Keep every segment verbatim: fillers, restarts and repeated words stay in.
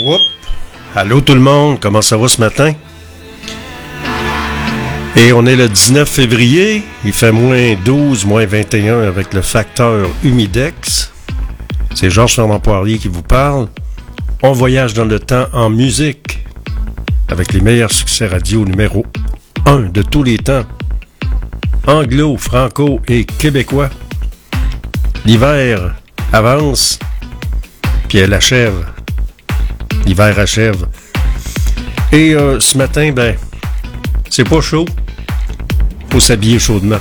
Whoop. Allô tout le monde, comment ça va ce matin? Et on est le dix-neuf février, il fait moins douze, moins vingt et un avec le facteur humidex. C'est Georges Fernand Poirier qui vous parle. On voyage dans le temps en musique avec les meilleurs succès radio numéro un de tous les temps. Anglo, franco et québécois. L'hiver avance, puis elle achève. L'hiver achève. Et euh, ce matin, ben, c'est pas chaud. Faut s'habiller chaudement.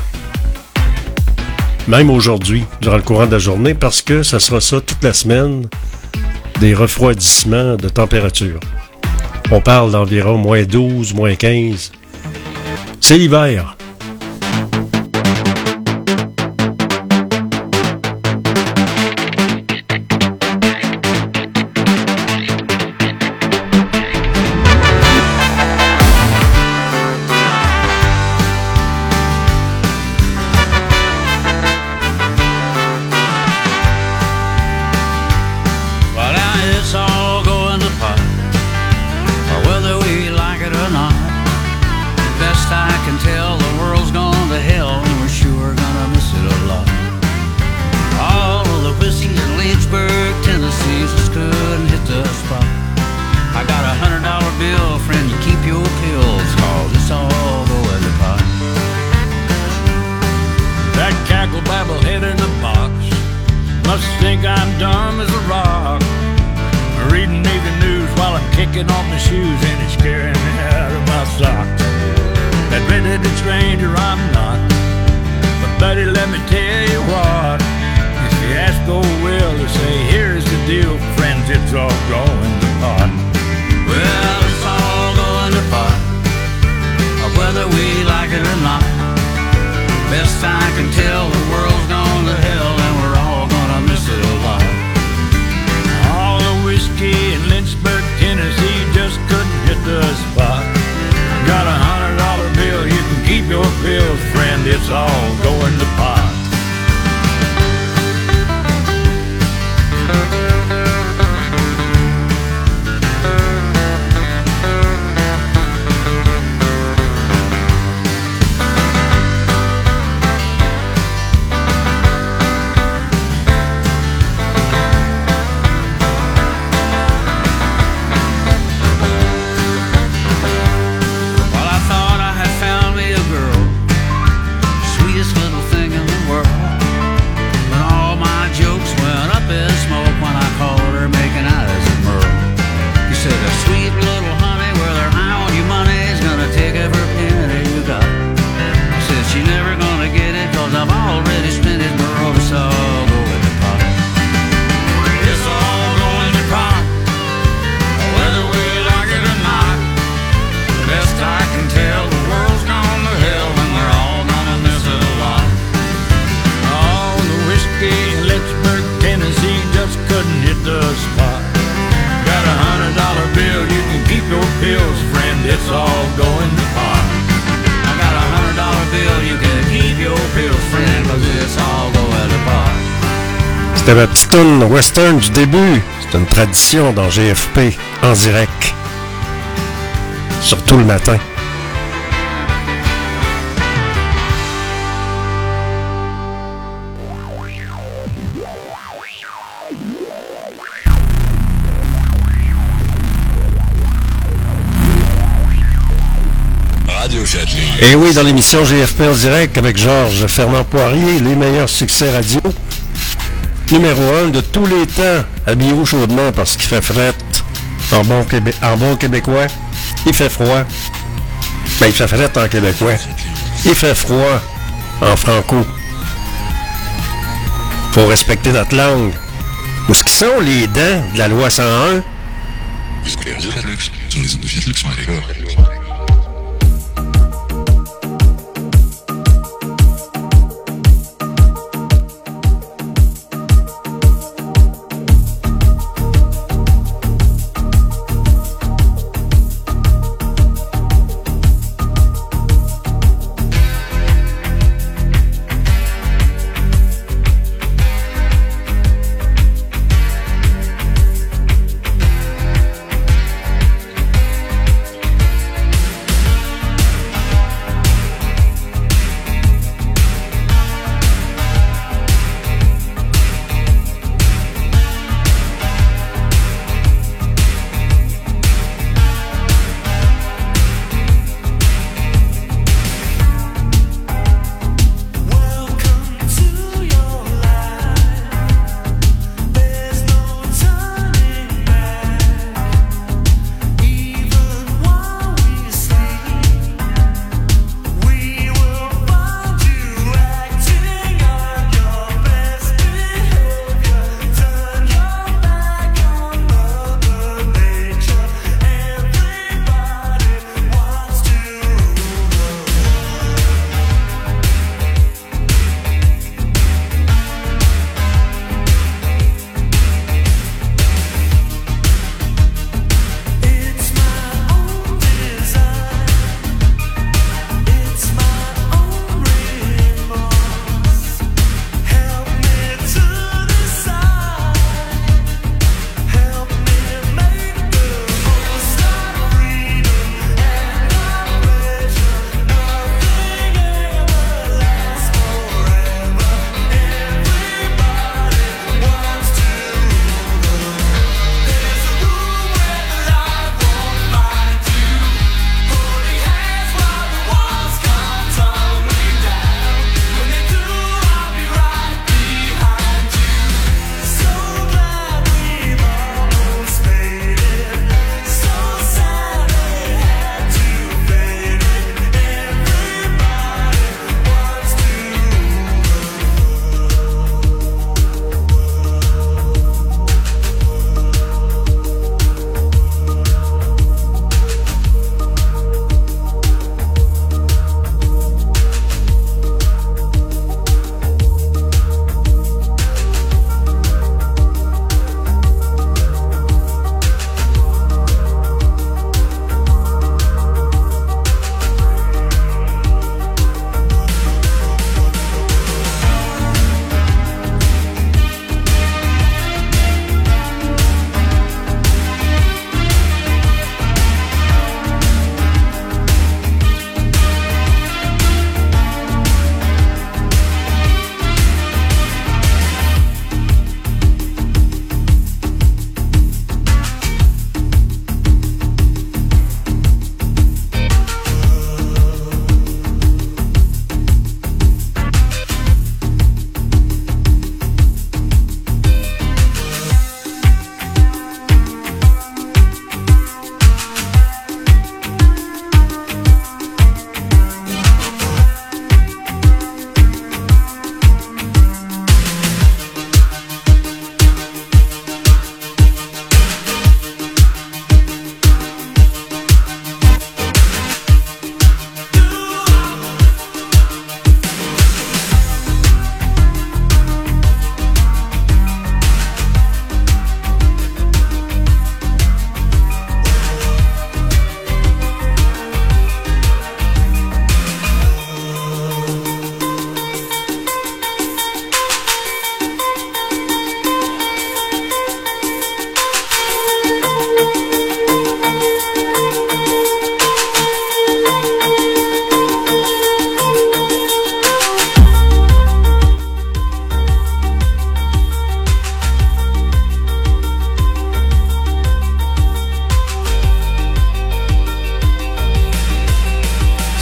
Même aujourd'hui, durant le courant de la journée, parce que ça sera ça toute la semaine, des refroidissements de température. On parle d'environ moins douze, moins quinze. C'est l'hiver. C'était ma petite toune western du début. C'est une tradition dans G F P en direct. Surtout le matin. Et oui, dans l'émission G F P en direct avec Georges Fernand Poirier, les meilleurs succès radio. Numéro un de tous les temps, habillez-vous chaudement parce qu'il fait fret. En bon, Québé- en bon québécois, il fait froid. Ben, il fait fret en québécois. Il fait froid en franco. Faut respecter notre langue. Où est-ce qu'ils sont les dents de la loi cent un?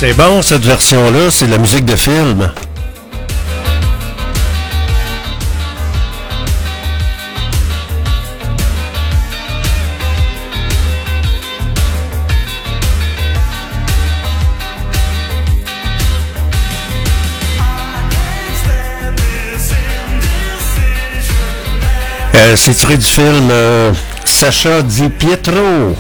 C'est bon, cette version-là, c'est de la musique de film. Euh, c'est tiré du film euh, Sacha Di Pietro.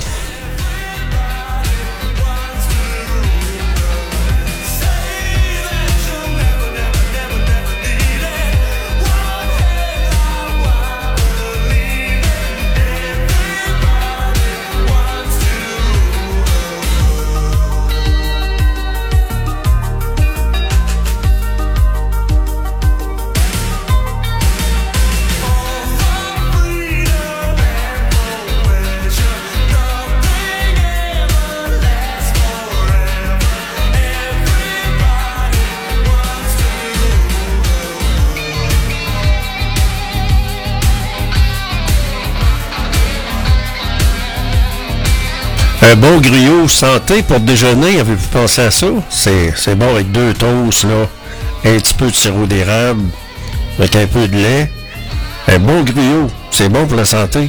Un bon griot santé pour déjeuner, avez-vous pensé à ça? C'est, c'est bon avec deux toasts, là, un petit peu de sirop d'érable, avec un peu de lait. Un bon griot, c'est bon pour la santé.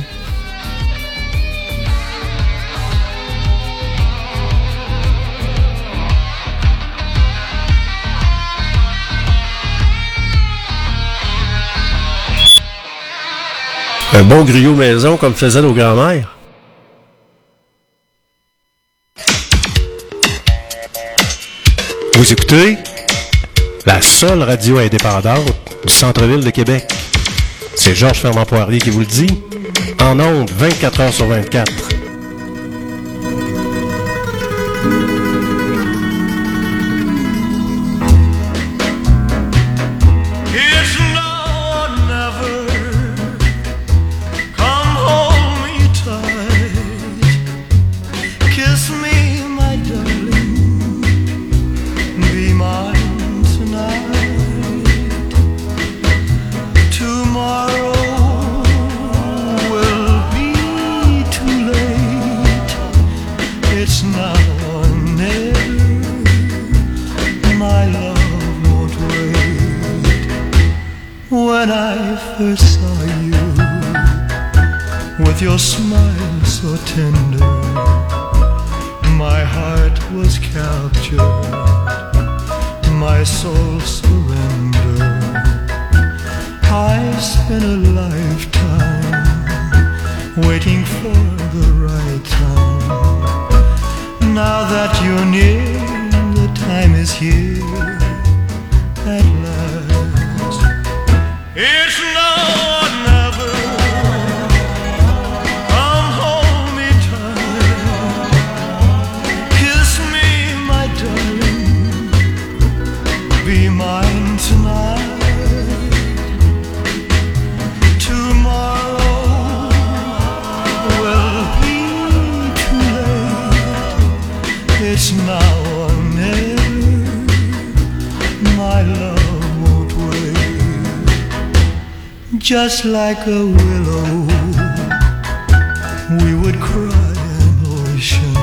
Un bon griot maison comme faisaient nos grands-mères. Vous écoutez la seule radio indépendante du centre-ville de Québec. C'est Georges Fernand Poirier qui vous le dit, en ondes vingt-quatre heures sur vingt-quatre. Your smile so tender, my heart was captured, my soul surrendered. I spent a lifetime waiting for the right time. Now that you're near, the time is here at last. It's now or never. Be mine tonight. Tomorrow will be too late. It's now or never. My love won't wait. Just like a willow, we would cry an ocean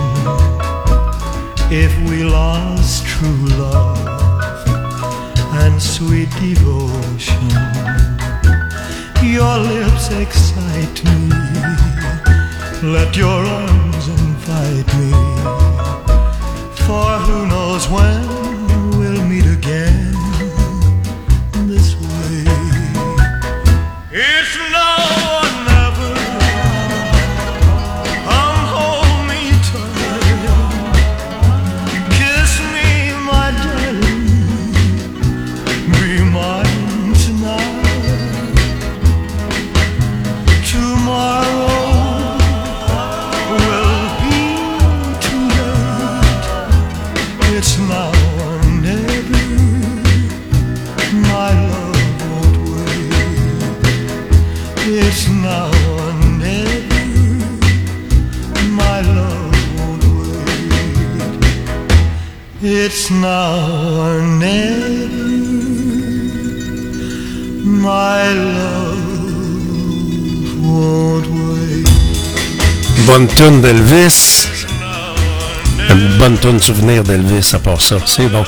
if we lost true love and sweet devotion. Your lips excite me, let your arms invite me, for who knows when we'll meet again this way. It's now or never. Come hold me tight, kiss me my darling. Be mine tonight. Tomorrow will be too late. It's now or never. My love won't wait. It's now or never. My love won't wait. It's now or never. My love won't wait. Bonne tune d'Elvis. Une bonne tonne de souvenirs d'Elvis à part ça. C'est bon.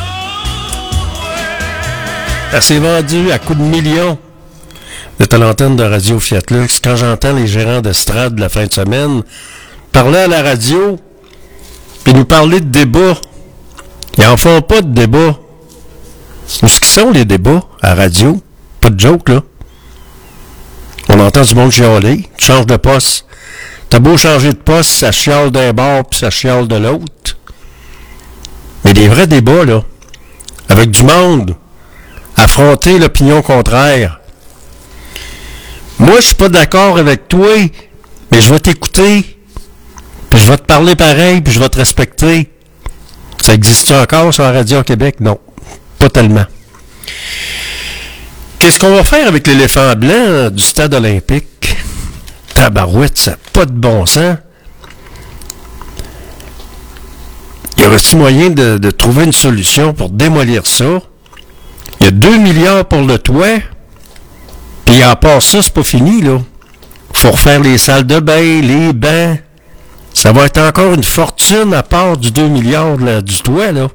Elle s'est vendue à coups de millions. C'est à l'antenne de Radio Fiat Lux. Quand j'entends les gérants d'estrade de la fin de semaine parler à la radio puis nous parler de débats, ils en font pas de débats. Où ce qui sont les débats à radio? Pas de joke, là. On entend du monde chialer. Tu changes de poste. T'as beau changer de poste, ça chiale d'un bord puis ça chiale de l'autre. Mais des vrais débats, là, avec du monde, affronter l'opinion contraire. Moi, je suis pas d'accord avec toi, mais je vais t'écouter, puis je vais te parler pareil, puis je vais te respecter. Ça existe encore sur la radio au Québec? Non, pas tellement. Qu'est-ce qu'on va faire avec l'éléphant blanc du stade olympique? Tabarouette, ça n'a pas de bon sens. Y aurait-il moyen de, de trouver une solution pour démolir ça? Il y a deux milliards pour le toit, puis à part ça, c'est pas fini, là. Faut refaire les salles de bain, les bancs. Ça va être encore une fortune à part du deux milliards là, du toit, là.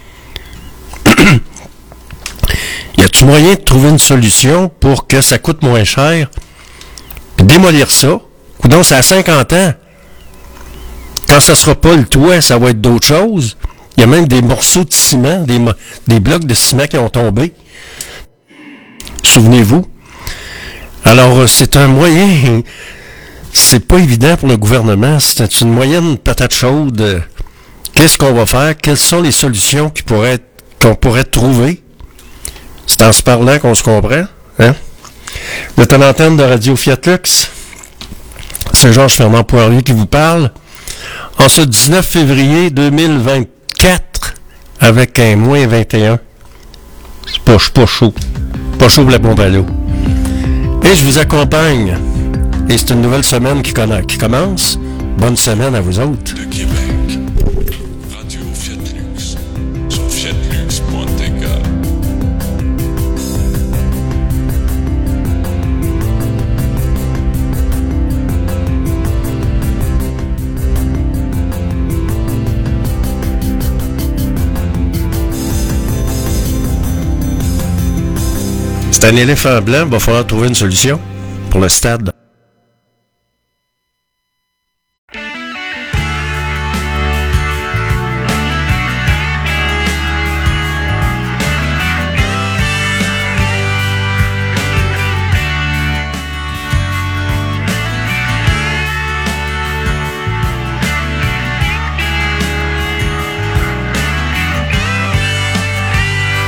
Y a-tu moyen de trouver une solution pour que ça coûte moins cher? Démolir ça? Coudonc, c'est à cinquante ans. Quand ça sera pas le toit, ça va être d'autres choses. Il y a même des morceaux de ciment, des, mo- des blocs de ciment qui ont tombé. Souvenez-vous. Alors, c'est un moyen... C'est pas évident pour le gouvernement. C'est une moyenne patate chaude. Qu'est-ce qu'on va faire? Quelles sont les solutions qui pourraient être, qu'on pourrait trouver? C'est en se parlant qu'on se comprend. Hein? Le temps d'antenne de Radio Fiat Lux. C'est Georges Fernand Poirier qui vous parle. En ce dix-neuf février deux mille vingt-quatre, avec un moins vingt et un. C'est pas, pas chaud. Pas chaud pour la pompe à l'eau. Et je vous accompagne. Et c'est une nouvelle semaine qui, conna- qui commence. Bonne semaine à vous autres. De Québec, Radio Fiat Lux, sur fiatlux point t k. C'est un éléphant blanc, il va falloir trouver une solution pour le stade.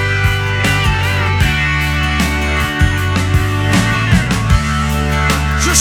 Je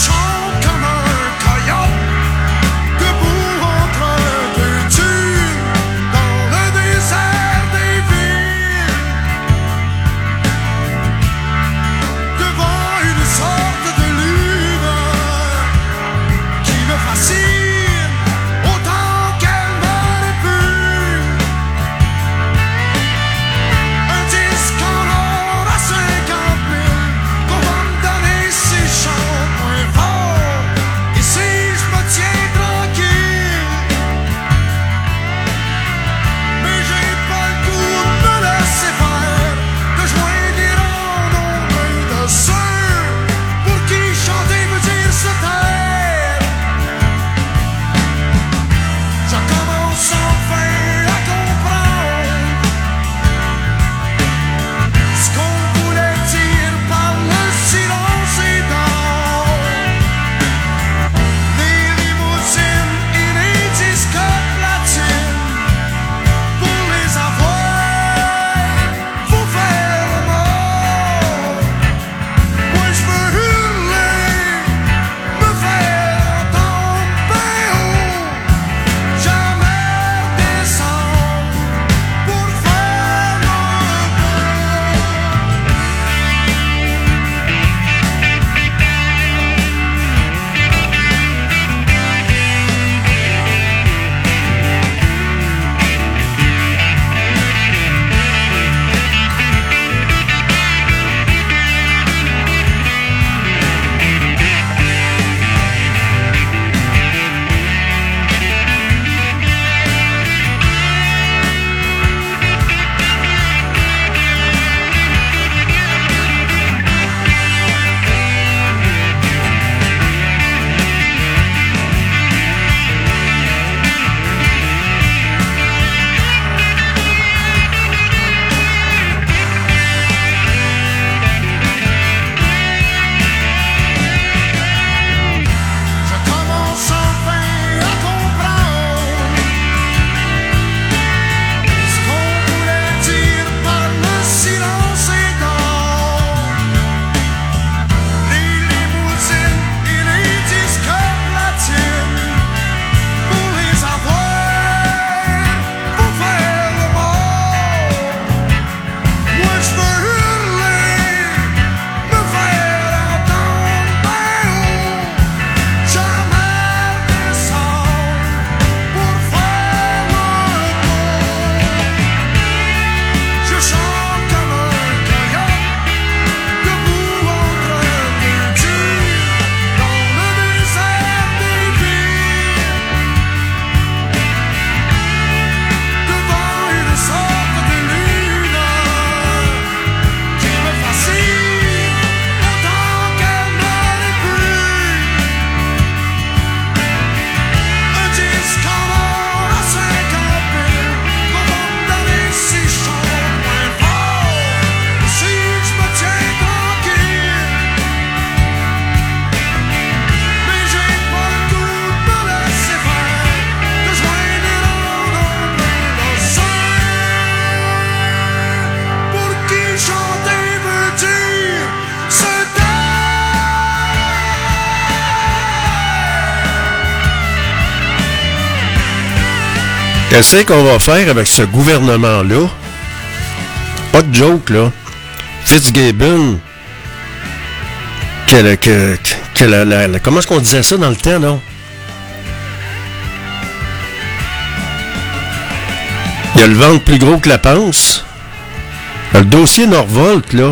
Qu'est-ce qu'on va faire avec ce gouvernement-là? Pas de joke, là. Fitzgibbon, que, que, que la, la, la, comment est-ce qu'on disait ça dans le temps, non? Il y a le ventre plus gros que la panse. Le dossier Norvolt, là.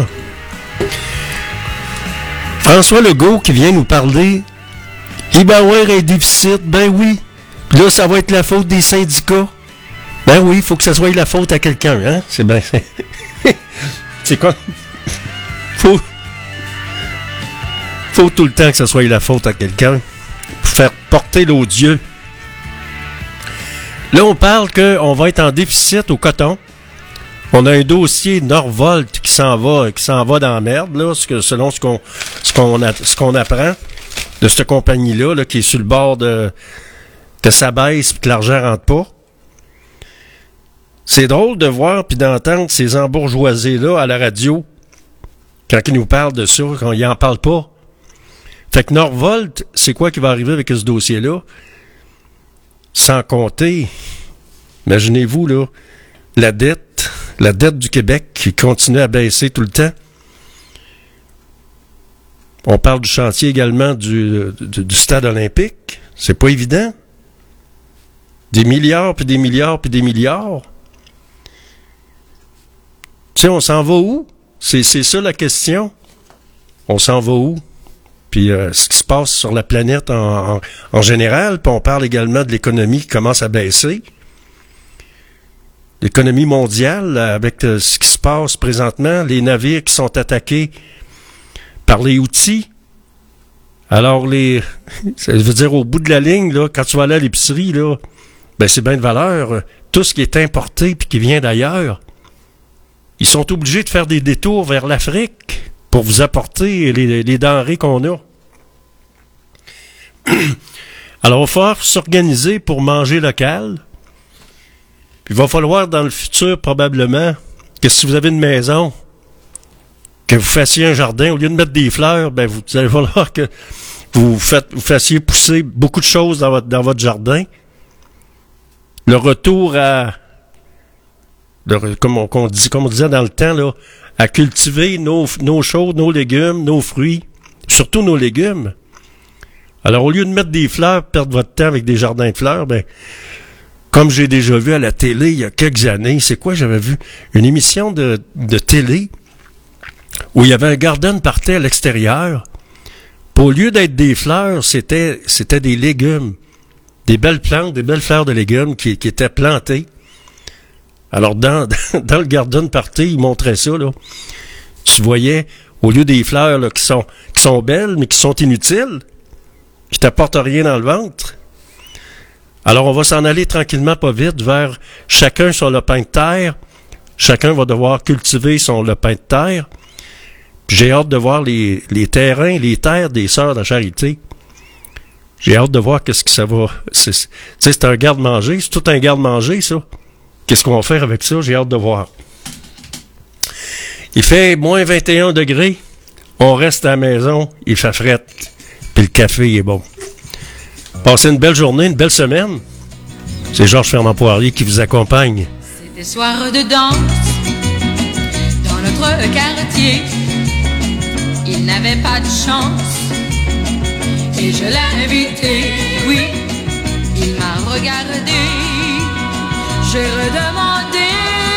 François Legault qui vient nous parler. Il va y avoir un déficit. Ben oui. Puis là, ça va être la faute des syndicats. Ben oui, il faut que ça soit la faute à quelqu'un, hein? C'est bien. C'est quoi? Faut. Faut tout le temps que ça soit la faute à quelqu'un. Pour faire porter l'odieux. Là, on parle qu'on va être en déficit au coton. On a un dossier Norvolt qui s'en va, qui s'en va dans la merde, là, selon ce qu'on, ce qu'on, a, ce qu'on apprend de cette compagnie-là, là, qui est sur le bord de que ça baisse et que l'argent rentre pas. C'est drôle de voir puis d'entendre ces embourgeoisés-là à la radio quand ils nous parlent de ça, quand ils en parlent pas. Fait que Norvolt, c'est quoi qui va arriver avec ce dossier-là? Sans compter, imaginez-vous, là, la dette, la dette du Québec qui continue à baisser tout le temps. On parle du chantier également du, du, du stade olympique. C'est pas évident. Des milliards, puis des milliards, puis des milliards. Tu sais, on s'en va où? C'est, c'est ça la question. On s'en va où? Puis euh, ce qui se passe sur la planète en, en, en général, puis on parle également de l'économie qui commence à baisser. L'économie mondiale, avec euh, ce qui se passe présentement, les navires qui sont attaqués par les Houthis. Alors, les, ça veut dire au bout de la ligne, là, quand tu vas aller à l'épicerie, là, ben c'est bien de valeur. Tout ce qui est importé puis qui vient d'ailleurs, ils sont obligés de faire des détours vers l'Afrique pour vous apporter les, les denrées qu'on a. Alors, il va falloir s'organiser pour manger local. Puis il va falloir dans le futur, probablement, que si vous avez une maison, que vous fassiez un jardin, au lieu de mettre des fleurs, ben vous, vous allez falloir que vous, faites, vous fassiez pousser beaucoup de choses dans votre, dans votre jardin. Le retour à, le, comme, on, comme, on dit, comme on disait dans le temps, là, à cultiver nos, nos choses, nos légumes, nos fruits, surtout nos légumes. Alors, au lieu de mettre des fleurs, perdre votre temps avec des jardins de fleurs, ben, comme j'ai déjà vu à la télé il y a quelques années, c'est quoi j'avais vu? Une émission de, de télé où il y avait un garden party à l'extérieur. Puis au lieu d'être des fleurs, c'était, c'était des légumes. Des belles plantes, des belles fleurs de légumes qui, qui étaient plantées. Alors, dans, dans le garden party, ils montraient ça, là. Tu voyais, au lieu des fleurs, là, qui sont, qui sont belles, mais qui sont inutiles, qui t'apportent rien dans le ventre. Alors, on va s'en aller tranquillement, pas vite, vers chacun son lopin de terre. Chacun va devoir cultiver son lopin de terre. Puis j'ai hâte de voir les, les terrains, les terres des Sœurs de la Charité. J'ai hâte de voir qu'est-ce que ça va... Tu sais, c'est un garde-manger. C'est tout un garde-manger, ça. Qu'est-ce qu'on va faire avec ça? J'ai hâte de voir. Il fait moins vingt et un degrés. On reste à la maison. Il fait frette. Puis le café il est bon. Passez une belle journée, une belle semaine. C'est Georges Fernand Poirier qui vous accompagne. C'était soir de danse dans notre quartier. Il n'avait pas de chance et je l'ai invité. Oui, il m'a regardé. J'ai redemandé.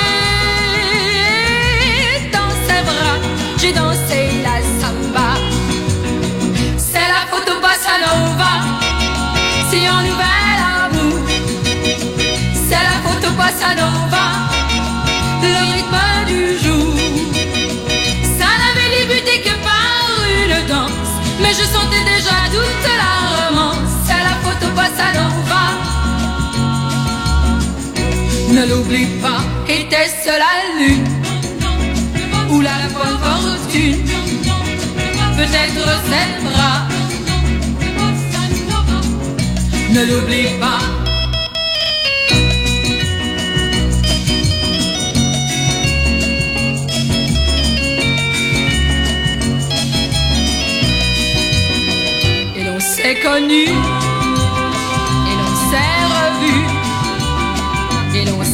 Dans ses bras, j'ai dansé la samba. C'est la photo bossa nova. C'est un nouvel amour. C'est la photo bossa nova. Le rythme du jour. Ça n'avait débuté que par une danse, mais je sentais déjà toute la romance. C'est la photo bossa nova. Ne l'oublie pas, était-ce la lune ou la bonne fortune? Peut-être ses bras. Ne l'oublie pas. Et l'on s'est connu, et l'on s'est revu.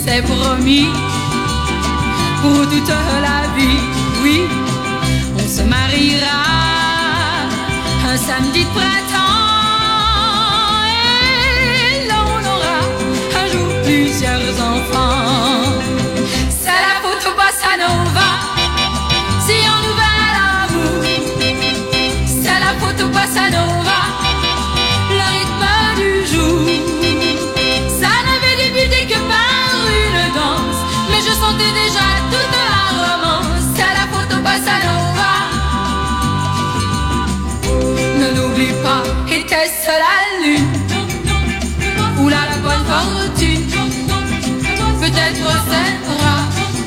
c'est promis, pour toute la vie, oui, on se mariera un samedi de printemps et l'on aura un jour plusieurs enfants. C'est la photo bossa nova, si on nouvel amour. C'est la photo bossa nova, le rythme du jour. Ça n'avait débuté que par une danse, mais je sentais déjà toute la romance. C'est la photo bossa nova. Ne l'oublie pas, était-ce la lune ou la bonne fortune? Peut-être sera.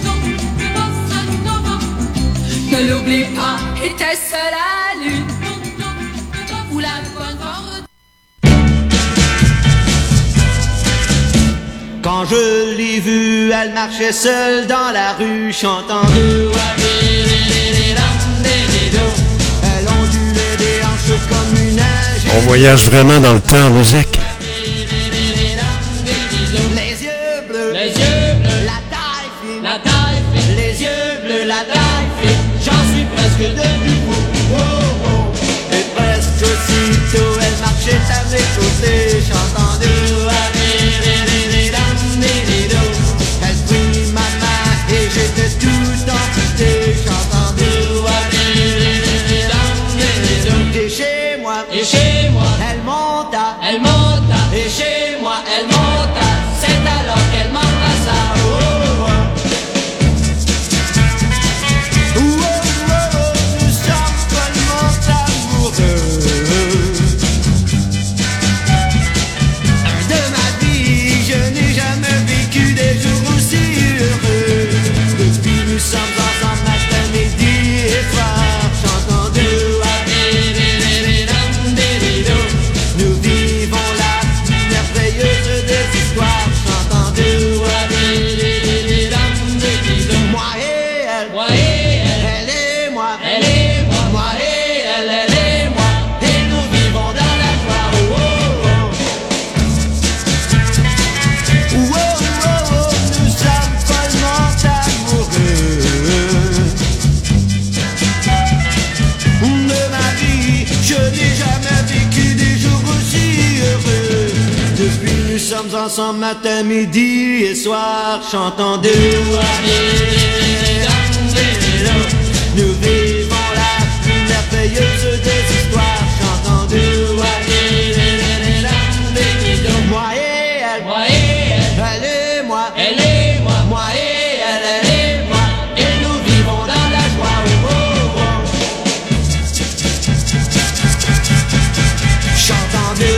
Ne l'oublie pas, était-ce la lune ou la bonne fortune? Quand je l'ai vue, elle marchait seule dans la rue, chantant de elle ondulait des hanches comme une neige. On voyage vraiment dans le temps, musique. Les yeux bleus, Les yeux bleus, la taille fine, la taille fine, les yeux bleus, la taille fine, j'en suis presque devenu fou. Oh, oh. Et presque aussitôt, elle marchait à mes côtés, chantant de elle prit ma main et j'étais tout amputé, chantant de et chez moi, et chez moi, elle monta, elle monta, et chez moi, elle elle monta, c'est alors qu'elle m'embrassa. Oh, oh, oh. Oh, oh, oh, nous sommes follement amoureux. De ma vie, je n'ai jamais vécu des jours aussi heureux. Depuis nous sommes ensemble matin, midi et soir, chantant de nous vivons la plus merveilleuse des histoires, chantant de moi et elle, Moi et elle, elle et moi, elle et moi, moi et elle, elle et moi, et nous vivons dans la joie. Oh, oh, oh. Oh, oh, oh, oh, nous sommes follement amoureux. De ma vie, je n'ai jamais vécu des jours aussi heureux. Depuis nous sommes ensemble matin, midi et soir, chantant de nous vivons la plus merveilleuse des histoires, chantant de moi et elle, moi et elle, elle et moi, elle et moi, moi et elle, elle et moi, et nous vivons dans la joie. Oh, oh, oh. Chantant de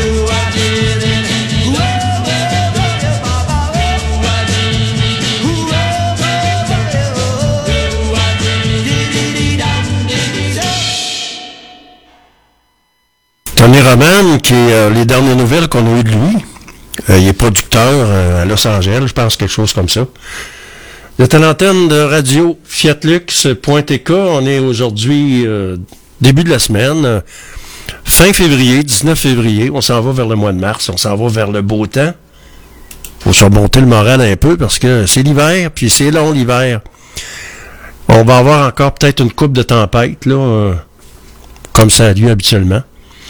Tony Roman, qui est euh, les dernières nouvelles qu'on a eues de lui. Euh, il est producteur euh, à Los Angeles, je pense, quelque chose comme ça. Vous êtes à l'antenne de radio fiatlux point t k. On est aujourd'hui euh, début de la semaine, euh, fin février, dix-neuf février. On s'en va vers le mois de mars, on s'en va vers le beau temps. Faut se remonter le moral un peu parce que c'est l'hiver, puis c'est long l'hiver. On va avoir encore peut-être une coupe de tempête, là, euh, comme ça a lieu habituellement.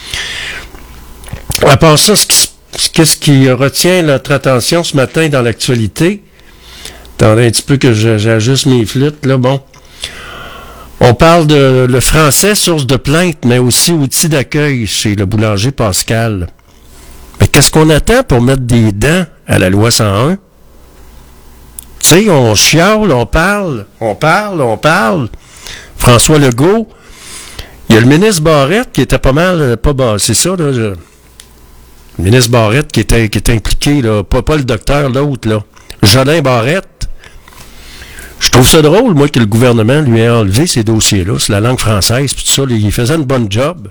À part ça, ce qui, qu'est-ce qui retient notre attention ce matin dans l'actualité? Attendez un petit peu que je, j'ajuste mes flûtes, là, bon. On parle de le français, source de plainte, mais aussi outil d'accueil chez le boulanger Pascal. Mais qu'est-ce qu'on attend pour mettre des dents à la loi cent un? Tu sais, on chiale, on parle, on parle, on parle. François Legault, il y a le ministre Barrette qui était pas mal, pas bas, c'est ça, là. Je, le ministre Barrette qui était, qui était impliqué, là, pas, pas le docteur, l'autre, là. Jolin Barrette. Je trouve ça drôle, moi, que le gouvernement lui ait enlevé ces dossiers-là. C'est la langue française, puis tout ça, là, il faisait une bonne job.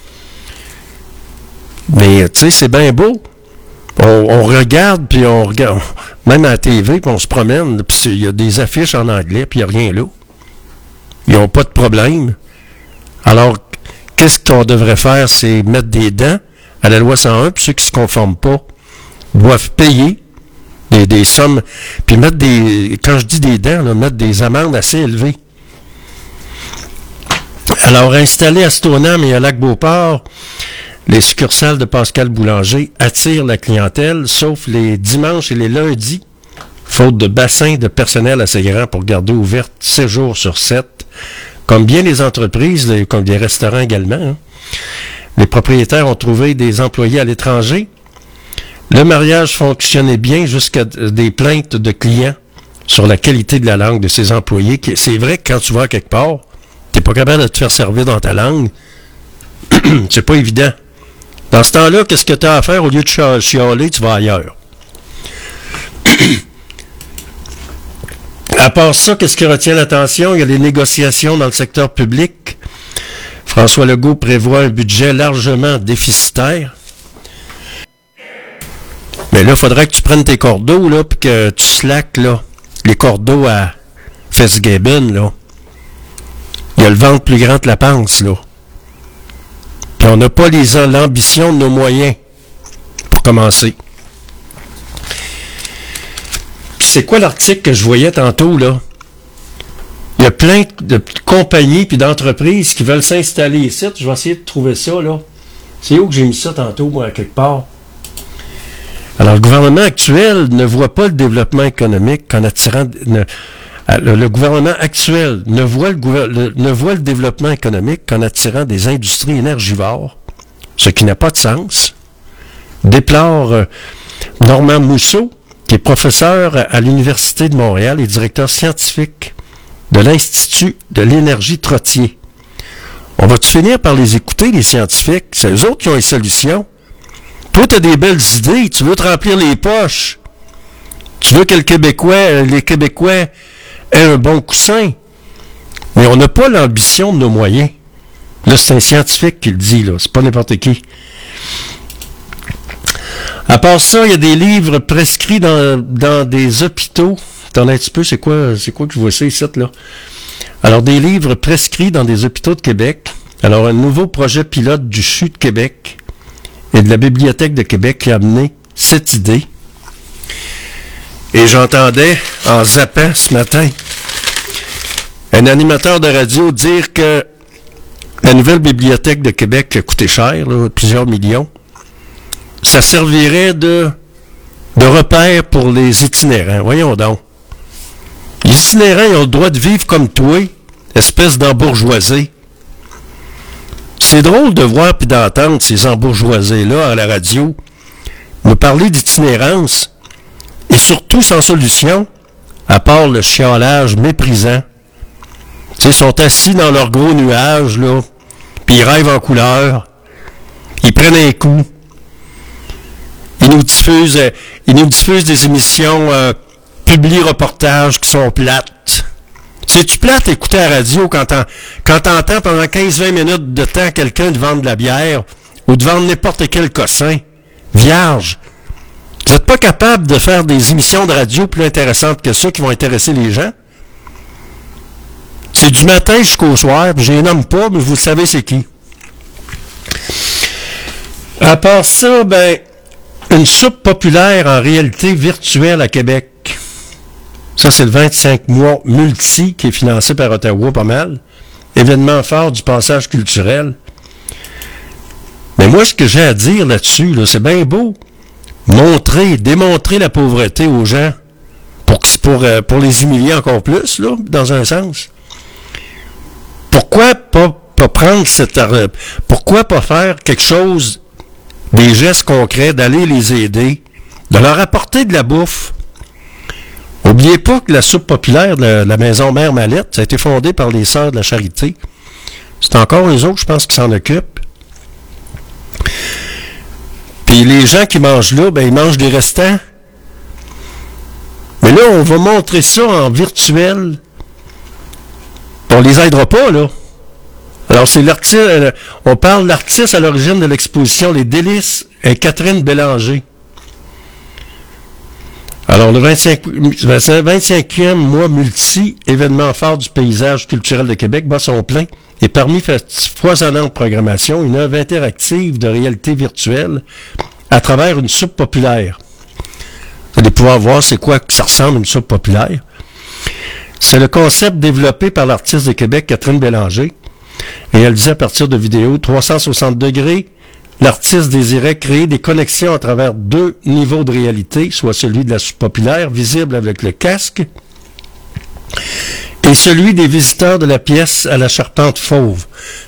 Mais, tu sais, c'est bien beau. On, on regarde, puis on regarde, même à la T V, puis on se promène, puis il y a des affiches en anglais, puis il n'y a rien là. Ils n'ont pas de problème. Alors, qu'est-ce qu'on devrait faire? C'est mettre des dents à la loi cent un, puis ceux qui ne se conforment pas doivent payer des, des, des sommes, puis mettre des, quand je dis des dents, là, mettre des amendes assez élevées. Alors, installés à Stoneham et à Lac-Beauport, les succursales de Pascal Boulanger attirent la clientèle, sauf les dimanches et les lundis, faute de bassin de personnel assez grand pour garder ouverte sept jours sur sept, comme bien les entreprises, comme des restaurants également. Hein. Les propriétaires ont trouvé des employés à l'étranger. Le mariage fonctionnait bien jusqu'à des plaintes de clients sur la qualité de la langue de ces employés. C'est vrai que quand tu vas quelque part, tu n'es pas capable de te faire servir dans ta langue. C'est pas évident. Dans ce temps-là, qu'est-ce que tu as à faire? Au lieu de chialer, tu vas ailleurs. À part ça, qu'est-ce qui retient l'attention? Il y a les négociations dans le secteur public. François Legault prévoit un budget largement déficitaire. Mais là, il faudrait que tu prennes tes cordeaux, là, puis que tu slackes, là, les cordeaux à Fitzgibbon, là. Il y a le ventre plus grand que la panse, là. Puis on n'a pas les, l'ambition de nos moyens, pour commencer. Puis c'est quoi l'article que je voyais tantôt, là? Il y a plein de compagnies puis d'entreprises qui veulent s'installer ici. Je vais essayer de trouver ça, là. C'est où que j'ai mis ça tantôt, moi, quelque part? Alors, le gouvernement actuel ne voit pas le développement économique qu'en attirant... Ne, le, le gouvernement actuel ne voit le, le, ne voit le développement économique qu'en attirant des industries énergivores, ce qui n'a pas de sens. Déplore euh, Normand Mousseau, qui est professeur à l'Université de Montréal et directeur scientifique de l'Institut de l'énergie Trottier. On va-tu finir par les écouter, les scientifiques? C'est eux autres qui ont les solutions. Toi, tu as des belles idées, tu veux te remplir les poches. Tu veux que le Québécois, les Québécois aient un bon coussin. Mais on n'a pas l'ambition de nos moyens. Là, c'est un scientifique qui le dit, là. C'est pas n'importe qui. À part ça, il y a des livres prescrits dans, dans des hôpitaux. T'en as un petit peu, c'est quoi, c'est quoi que je vois ça ici, là? Alors, des livres prescrits dans des hôpitaux de Québec. Alors, un nouveau projet pilote du C H U de Québec et de la Bibliothèque de Québec qui a amené cette idée. Et j'entendais, en zappant ce matin, un animateur de radio dire que la nouvelle Bibliothèque de Québec qui a coûté cher, là, plusieurs millions, ça servirait de, de repère pour les itinérants. Voyons donc. Les itinérants, ils ont le droit de vivre comme toi, espèce d'embourgeoisés. C'est drôle de voir puis d'entendre ces embourgeoisés-là à la radio nous parler d'itinérance et surtout sans solution, à part le chiolage méprisant. Tu sais, ils sont assis dans leur gros nuage, là, puis ils rêvent en couleur, ils prennent un coup, ils nous diffusent, euh, ils nous diffusent des émissions euh, publi-reportages qui sont plates. C'est-tu plate écouter la radio quand t'en, quand t'entends pendant quinze à vingt minutes de temps quelqu'un de vendre de la bière ou de vendre n'importe quel cossin? Vierge. Vous n'êtes pas capable de faire des émissions de radio plus intéressantes que ça qui vont intéresser les gens? C'est du matin jusqu'au soir, je les nomme pas, mais vous savez c'est qui. À part ça, ben, une soupe populaire en réalité virtuelle à Québec. Ça, c'est le vingt-cinq mois multi qui est financé par Ottawa pas mal. Événement fort du passage culturel. Mais moi, ce que j'ai à dire là-dessus, là, c'est bien beau. Montrer, démontrer la pauvreté aux gens pour, pour, pour les humilier encore plus, là, dans un sens. Pourquoi pas, pas prendre cette... Pourquoi pas faire quelque chose, des gestes concrets, d'aller les aider, de leur apporter de la bouffe? N'oubliez pas que la soupe populaire de la, la maison Mère Mallette, ça a été fondé par les Sœurs de la Charité. C'est encore eux autres, je pense, qui s'en occupent. Puis les gens qui mangent là, ben ils mangent des restants. Mais là, on va montrer ça en virtuel. On les aidera pas, là. Alors, c'est l'artiste, on parle de l'artiste à l'origine de l'exposition Les Délices et Catherine Bélanger. Alors, le vingt-cinquième mois multi, événement fort du paysage culturel de Québec, bat son plein. Et parmi foisonnante programmation, une œuvre interactive de réalité virtuelle à travers une soupe populaire. Vous allez pouvoir voir c'est quoi que ça ressemble à une soupe populaire. C'est le concept développé par l'artiste de Québec, Catherine Bélanger, et elle disait à partir de vidéos trois cent soixante degrés, l'artiste désirait créer des connexions à travers deux niveaux de réalité, soit celui de la soupe populaire, visible avec le casque, et celui des visiteurs de la pièce à la charpente fauve.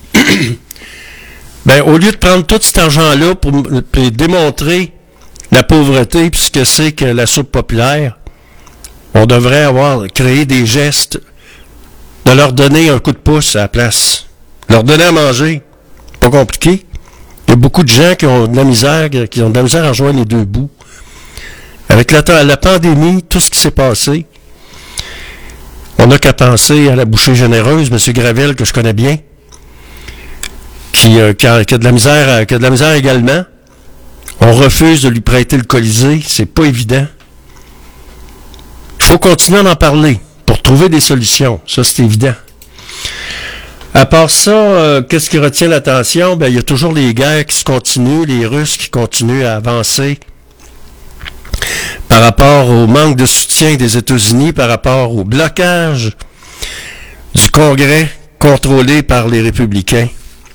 Ben, au lieu de prendre tout cet argent-là pour, pour démontrer la pauvreté puis ce que c'est que la soupe populaire, on devrait avoir créé des gestes de leur donner un coup de pouce à la place. Leur donner à manger. Pas compliqué. Il y a beaucoup de gens qui ont de la misère, qui ont de la misère à rejoindre les deux bouts. Avec la, la pandémie, tout ce qui s'est passé, on n'a qu'à penser à la bouchée généreuse, M. Gravel, que je connais bien, qui, euh, qui, a, qui a de la misère, qui a de la misère également. On refuse de lui prêter le Colisée, c'est pas évident. Il faut continuer à en parler pour trouver des solutions, ça c'est évident. À part ça, euh, qu'est-ce qui retient l'attention? Ben, il y a toujours les guerres qui se continuent, les Russes qui continuent à avancer par rapport au manque de soutien des États-Unis, par rapport au blocage du Congrès contrôlé par les républicains.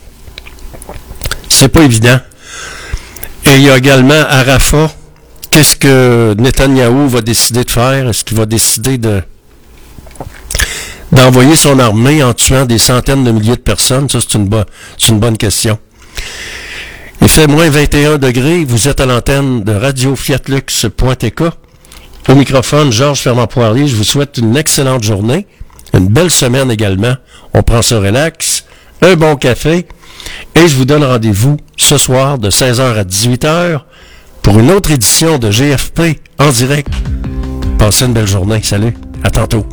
C'est pas évident. Et il y a également à Rafah, qu'est-ce que Netanyahou va décider de faire? Est-ce qu'il va décider de d'envoyer son armée en tuant des centaines de milliers de personnes? Ça, c'est une, bo- c'est une bonne question. Il fait moins vingt et un degrés. Vous êtes à l'antenne de radio fiat lux point t k. Au microphone, Georges Fermant-Poirier. Je vous souhaite une excellente journée. Une belle semaine également. On prend ça relax. Un bon café. Et je vous donne rendez-vous ce soir de seize heures à dix-huit heures pour une autre édition de G F P en direct. Passez une belle journée. Salut. À tantôt.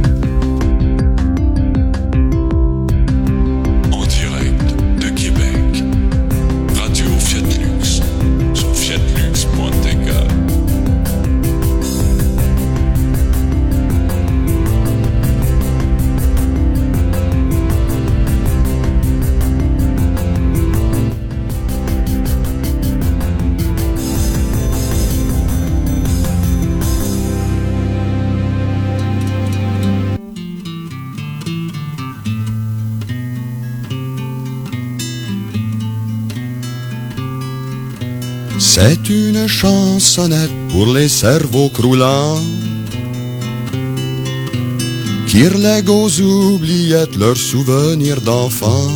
C'est une chansonnette pour les cerveaux croulants qui relèguent aux oubliettes leurs souvenirs d'enfants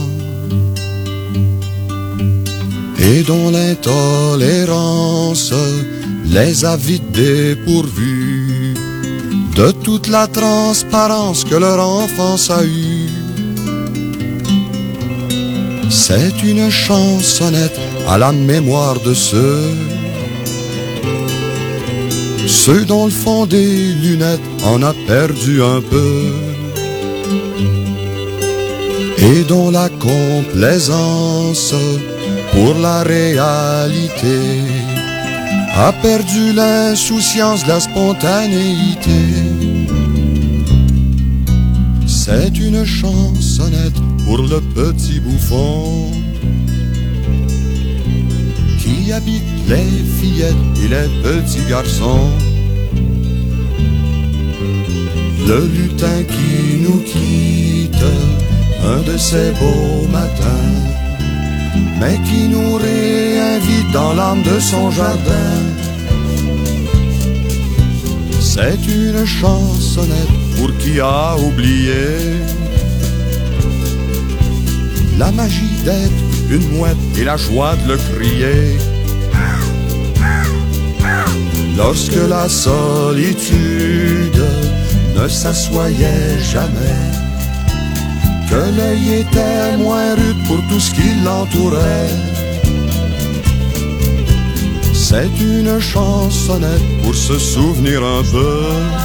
et dont l'intolérance les a vite dépourvus de toute la transparence que leur enfance a eue. C'est une chansonnette à la mémoire de ceux Ceux dont le fond des lunettes en a perdu un peu et dont la complaisance pour la réalité a perdu l'insouciance de la spontanéité. C'est une chansonnette pour le petit bouffon qui habite les fillettes et les petits garçons. Le lutin qui nous quitte un de ces beaux matins, mais qui nous réinvite dans l'âme de son jardin. C'est une chansonnette pour qui a oublié la magie d'être une mouette et la joie de le crier. Lorsque la solitude ne s'assoyait jamais, que l'œil était moins rude pour tout ce qui l'entourait. C'est une chansonnette pour se souvenir un peu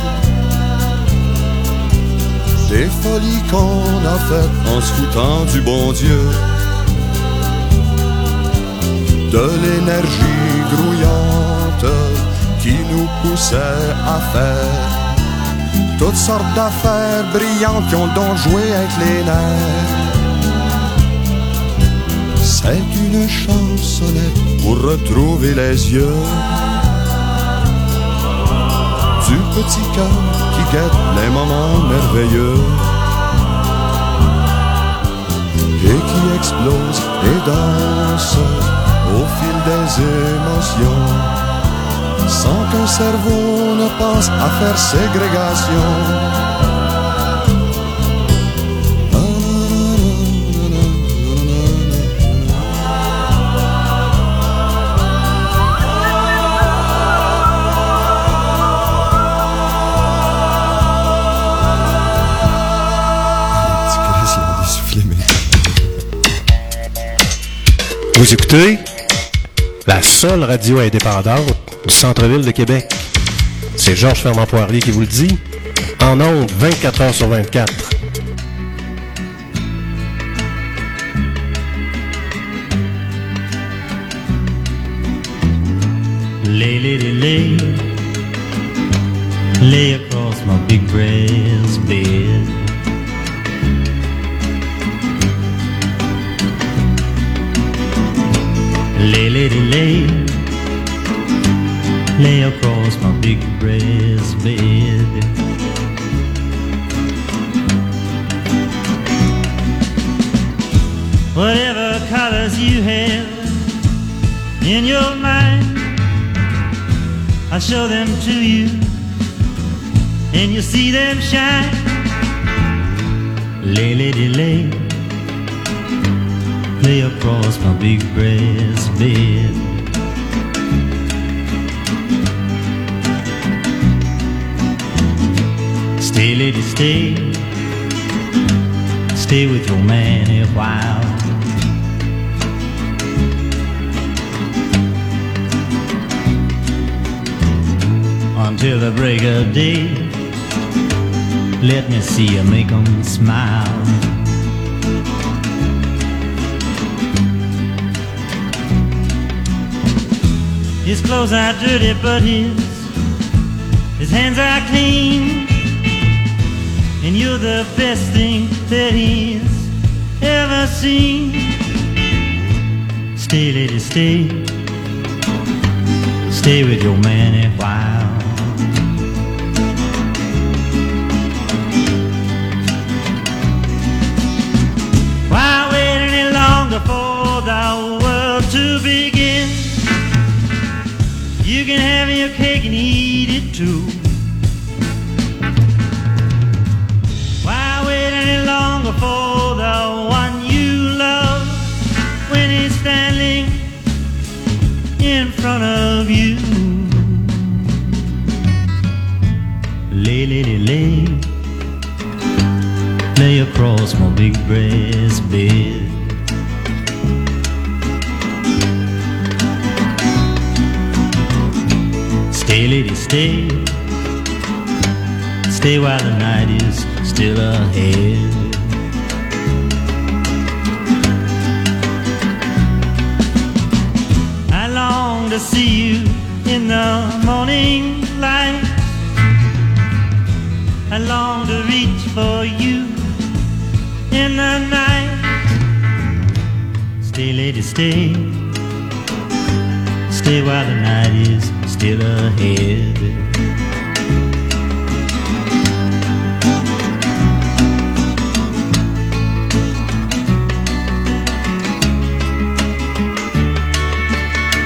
des folies qu'on a faites en se foutant du bon Dieu, de l'énergie grouillante qui nous poussait à faire toutes sortes d'affaires brillantes qui ont donc joué avec les nerfs. C'est une chansonnette pour retrouver les yeux du petit cœur qui guette les moments merveilleux et qui explose et danse au fil des émotions, sans qu'un cerveau ne pense à faire ségrégation. Vous écoutez la seule radio indépendante du centre-ville de Québec. C'est Georges Fernand Poirier qui vous le dit, en ondes vingt-quatre heures sur vingt-quatre. Lay, lady, lay, lay across my big brass bed. Lay, lady, lay, lay across my big brass bed. Whatever colors you have in your mind, I'll show them to you, and you'll see them shine. Lay, lady, lay, lay across my big brass bed. Stay, lady, stay, stay with your man a while. Until the break of day, let me see you make 'em smile. His clothes are dirty, but his his hands are clean, and you're the best thing that he's ever seen. Stay, lady, stay, stay with your man a while. Why wait any longer for the world to begin? You can have your cake and eat it too. Why wait any longer for the one you love when he's standing in front of you? Lay, lady, lay, lay across my big brass bed. Stay, lady, stay, stay while the night is still ahead. I long to see you in the morning light. I long to reach for you in the night. Stay, lady, stay, stay while the night is still ahead.